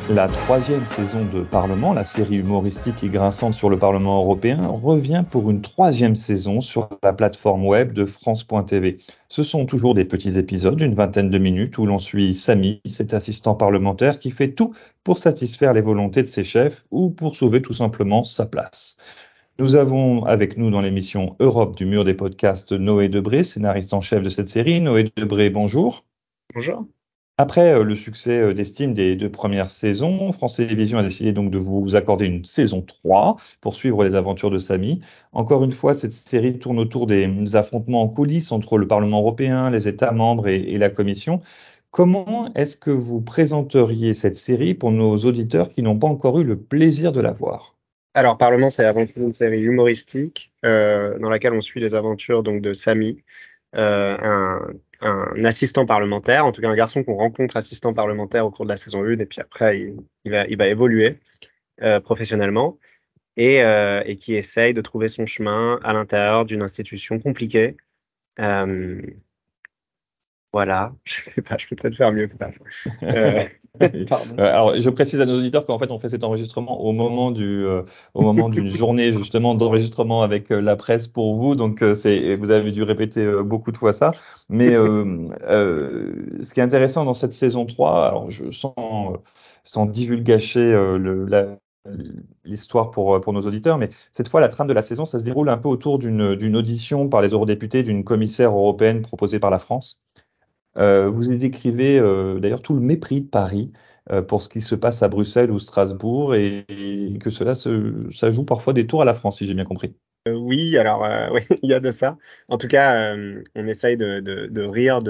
La troisième saison de Parlement, la série humoristique et grinçante sur le Parlement européen, revient pour une troisième saison sur la plateforme web de France.tv. Ce sont toujours des petits épisodes d'une vingtaine de minutes où l'on suit Samy, cet assistant parlementaire qui fait tout pour satisfaire les volontés de ses chefs ou pour sauver tout simplement sa place. Nous avons avec nous dans l'émission Europe du mur des podcasts Noé Debré, scénariste en chef de cette série. Noé Debré, bonjour. Bonjour. Après le succès d'estime des deux premières saisons, France Télévisions a décidé donc de vous accorder une saison 3 pour suivre les aventures de Samy. Encore une fois, cette série tourne autour des affrontements en coulisses entre le Parlement européen, les États membres et la Commission. Comment est-ce que vous présenteriez cette série pour nos auditeurs qui n'ont pas encore eu le plaisir de la voir? Alors, Parlement, c'est avant tout une série humoristique dans laquelle on suit les aventures donc de Samy, un assistant parlementaire, en tout cas un garçon qu'on rencontre assistant parlementaire au cours de la saison 1, et puis après, il va évoluer professionnellement et qui essaye de trouver son chemin à l'intérieur d'une institution compliquée. Euh, voilà, je sais pas, je peux peut-être faire mieux que ça. Euh, pardon. Alors, je précise à nos auditeurs qu'en fait, on fait cet enregistrement au moment d'une journée justement d'enregistrement avec la presse pour vous. Donc, vous avez dû répéter beaucoup de fois ça. Mais ce qui est intéressant dans cette saison 3, alors sans divulgacher l'histoire pour nos auditeurs, mais cette fois, la trame de la saison, ça se déroule un peu autour d'une audition par les eurodéputés d'une commissaire européenne proposée par la France. Vous y décrivez d'ailleurs tout le mépris de Paris pour ce qui se passe à Bruxelles ou Strasbourg et que ça joue parfois des tours à la France, si j'ai bien compris. Oui, alors oui, il y a de ça. En tout cas, on essaye de rire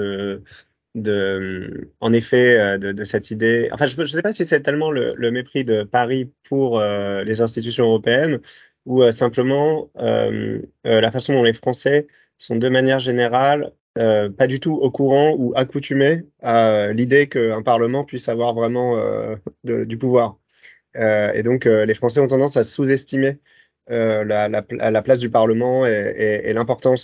en effet, de cette idée. Enfin, je ne sais pas si c'est tellement le mépris de Paris pour les institutions européennes ou simplement la façon dont les Français sont de manière générale pas du tout au courant ou accoutumés à l'idée qu'un Parlement puisse avoir vraiment du pouvoir. Et donc, les Français ont tendance à sous-estimer la place du Parlement et l'importance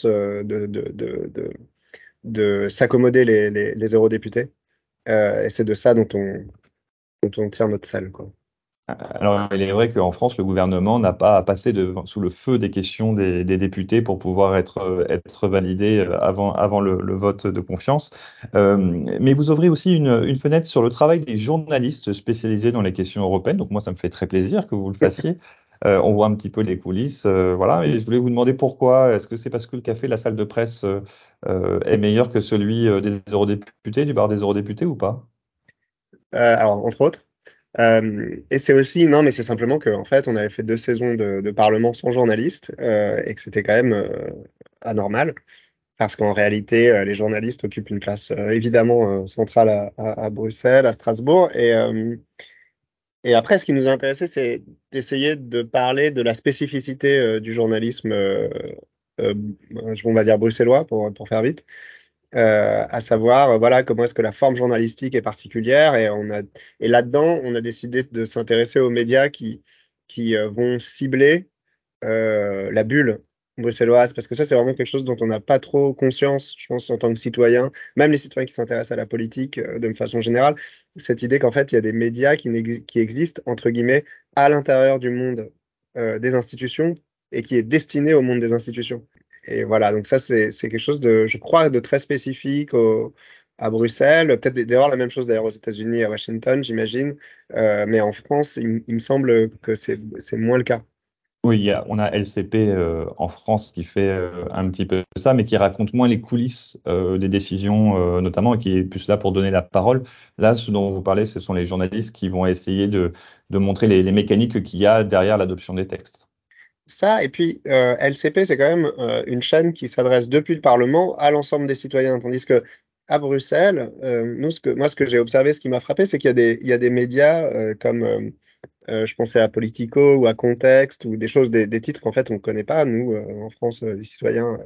de s'accommoder les eurodéputés. Et c'est de ça dont on tire notre sel, quoi. Alors, il est vrai qu'en France, le gouvernement n'a pas à passer sous le feu des questions des députés pour pouvoir être validé avant le vote de confiance. Mais vous ouvrez aussi une fenêtre sur le travail des journalistes spécialisés dans les questions européennes. Donc moi, ça me fait très plaisir que vous le fassiez. On voit un petit peu les coulisses, voilà. Et je voulais vous demander pourquoi. Est-ce que c'est parce que le café, la salle de presse est meilleur que celui des eurodéputés, du bar des eurodéputés ou pas? Alors, entre autres. Et c'est aussi, non, mais c'est simplement qu'en fait, on avait fait 2 saisons de Parlement sans journaliste et que c'était quand même anormal. Parce qu'en réalité, les journalistes occupent une place évidemment centrale à Bruxelles, à Strasbourg. Et après, ce qui nous a intéressé, c'est d'essayer de parler de la spécificité du journalisme, euh, on va dire bruxellois pour faire vite, à savoir, voilà, comment est-ce que la forme journalistique est particulière. Et là-dedans, on a décidé de s'intéresser aux médias qui vont cibler la bulle bruxelloise, parce que ça, c'est vraiment quelque chose dont on n'a pas trop conscience, je pense, en tant que citoyen, même les citoyens qui s'intéressent à la politique de façon générale, cette idée qu'en fait, il y a des médias qui existent, entre guillemets, à l'intérieur du monde des institutions et qui est destiné au monde des institutions. Et voilà, donc ça, c'est quelque chose de, je crois, de très spécifique à Bruxelles, peut-être d'ailleurs la même chose d'ailleurs aux États-Unis, à Washington, j'imagine, mais en France, il me semble que c'est moins le cas. Oui, on a LCP en France qui fait un petit peu ça, mais qui raconte moins les coulisses des décisions, notamment, et qui est plus là pour donner la parole. Là, ce dont vous parlez, ce sont les journalistes qui vont essayer de montrer les mécaniques qu'il y a derrière l'adoption des textes. Ça, et puis LCP, c'est quand même une chaîne qui s'adresse depuis le Parlement à l'ensemble des citoyens. Tandis que à Bruxelles, moi, ce que j'ai observé, ce qui m'a frappé, c'est qu'il y a des médias comme, je pensais à Politico ou à Contexte, ou des titres qu'en fait on ne connaît pas, nous, en France, les citoyens,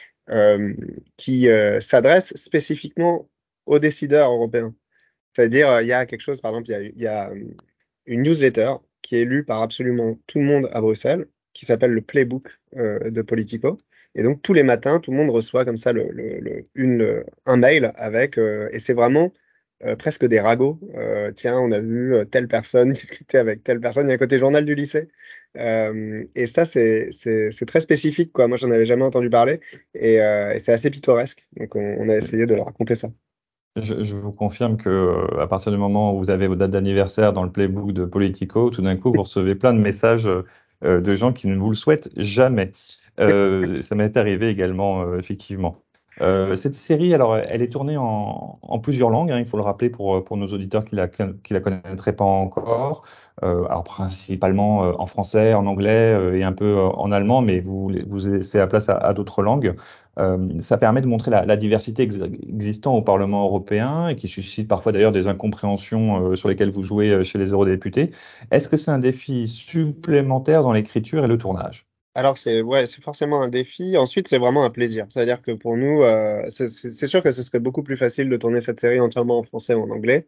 qui s'adressent spécifiquement aux décideurs européens. C'est-à-dire, il y a quelque chose, par exemple, il y a une newsletter qui est lue par absolument tout le monde à Bruxelles, qui s'appelle le Playbook de Politico. Et donc, tous les matins, tout le monde reçoit comme ça un mail avec, et c'est vraiment presque des ragots. Tiens, on a vu telle personne discuter avec telle personne. Il y a un côté journal du lycée. Et ça, c'est très spécifique, quoi. Moi, j'en avais jamais entendu parler. Et c'est assez pittoresque. Donc, on a essayé de leur raconter ça. Je vous confirme que à partir du moment où vous avez vos dates d'anniversaire dans le playbook de Politico, tout d'un coup, vous recevez plein de messages de gens qui ne vous le souhaitent jamais. Ça m'est arrivé également, effectivement. Cette série, alors, elle est tournée en plusieurs langues, hein, il faut le rappeler pour nos auditeurs qui la connaîtraient pas encore. Alors, principalement en français, en anglais et un peu en allemand, mais vous laissez la place à d'autres langues. Ça permet de montrer la diversité existant au Parlement européen et qui suscite parfois d'ailleurs des incompréhensions sur lesquelles vous jouez chez les eurodéputés. Est-ce que c'est un défi supplémentaire dans l'écriture et le tournage? Alors, c'est forcément un défi. Ensuite, c'est vraiment un plaisir. C'est-à-dire que pour nous, c'est sûr que ce serait beaucoup plus facile de tourner cette série entièrement en français ou en anglais.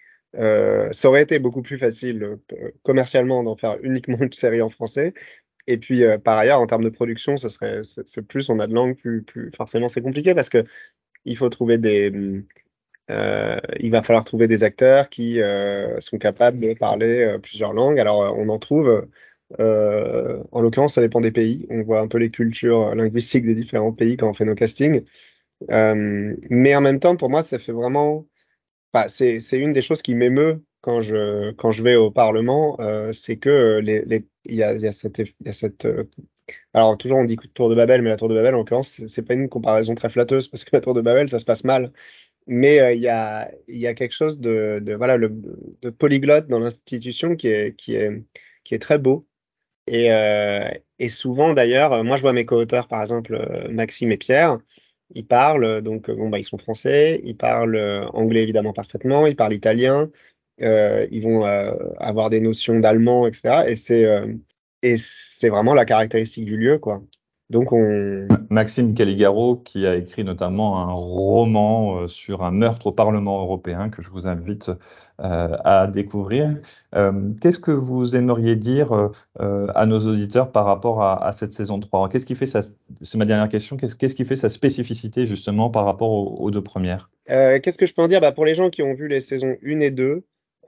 Ça aurait été beaucoup plus facile commercialement d'en faire uniquement une série en français. Et puis, par ailleurs, en termes de production, c'est plus on a de langue, plus forcément c'est compliqué parce que il faut trouver il va falloir trouver des acteurs qui sont capables de parler plusieurs langues. Alors, on en trouve. En l'occurrence, ça dépend des pays. On voit un peu les cultures linguistiques des différents pays quand on fait nos castings. Mais en même temps, pour moi, ça fait vraiment. Enfin, c'est une des choses qui m'émeut quand je vais au Parlement, c'est que il y a alors toujours on dit tour de Babel, mais la tour de Babel en l'occurrence, c'est pas une comparaison très flatteuse parce que la tour de Babel, ça se passe mal. Mais il y a quelque chose voilà, de polyglotte dans l'institution qui est très beau. Et souvent d'ailleurs, moi je vois mes co-auteurs, par exemple Maxime et Pierre, ils parlent, donc bon, bah, ils sont français, ils parlent anglais évidemment parfaitement, ils parlent italien, ils vont avoir des notions d'allemand, etc. Et c'est vraiment la caractéristique du lieu, quoi. Donc Maxime Caligaro, qui a écrit notamment un roman sur un meurtre au Parlement européen que je vous invite à découvrir. Qu'est-ce que vous aimeriez dire à nos auditeurs par rapport à cette saison 3? Qu'est-ce qui fait c'est ma dernière question, qu'est-ce qui fait sa spécificité justement par rapport aux deux premières? Qu'est-ce que je peux en dire? Bah, pour les gens qui ont vu les saisons 1 et 2,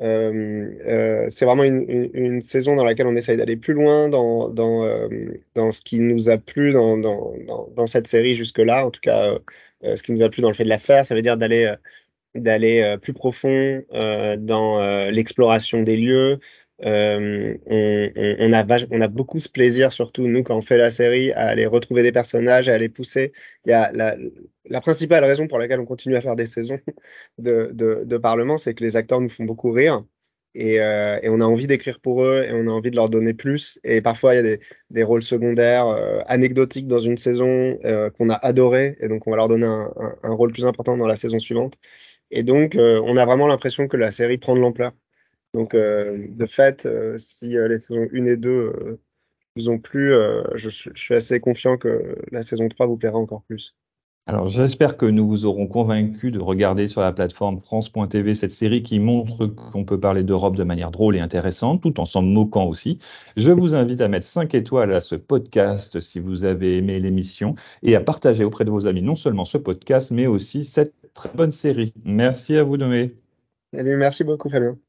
c'est vraiment une saison dans laquelle on essaye d'aller plus loin dans ce qui nous a plu dans cette série jusque-là. En tout cas, ce qui nous a plu dans le fait de la faire, ça veut dire d'aller plus profond dans l'exploration des lieux. On a beaucoup ce plaisir, surtout nous, quand on fait la série, à aller retrouver des personnages, à aller pousser. Il y a la principale raison pour laquelle on continue à faire des saisons de Parlement, c'est que les acteurs nous font beaucoup rire. Et on a envie d'écrire pour eux et on a envie de leur donner plus. Et parfois, il y a des rôles secondaires anecdotiques dans une saison qu'on a adoré. Et donc, on va leur donner un rôle plus important dans la saison suivante. Et donc, on a vraiment l'impression que la série prend de l'ampleur. Donc, de fait, si les saisons 1 et 2 vous ont plu, je suis assez confiant que la saison 3 vous plaira encore plus. Alors, j'espère que nous vous aurons convaincu de regarder sur la plateforme France.tv cette série qui montre qu'on peut parler d'Europe de manière drôle et intéressante, tout en s'en moquant aussi. Je vous invite à mettre 5 étoiles à ce podcast si vous avez aimé l'émission et à partager auprès de vos amis non seulement ce podcast, mais aussi cette très bonne série. Merci à vous, Noé. Salut, merci beaucoup, Fabien.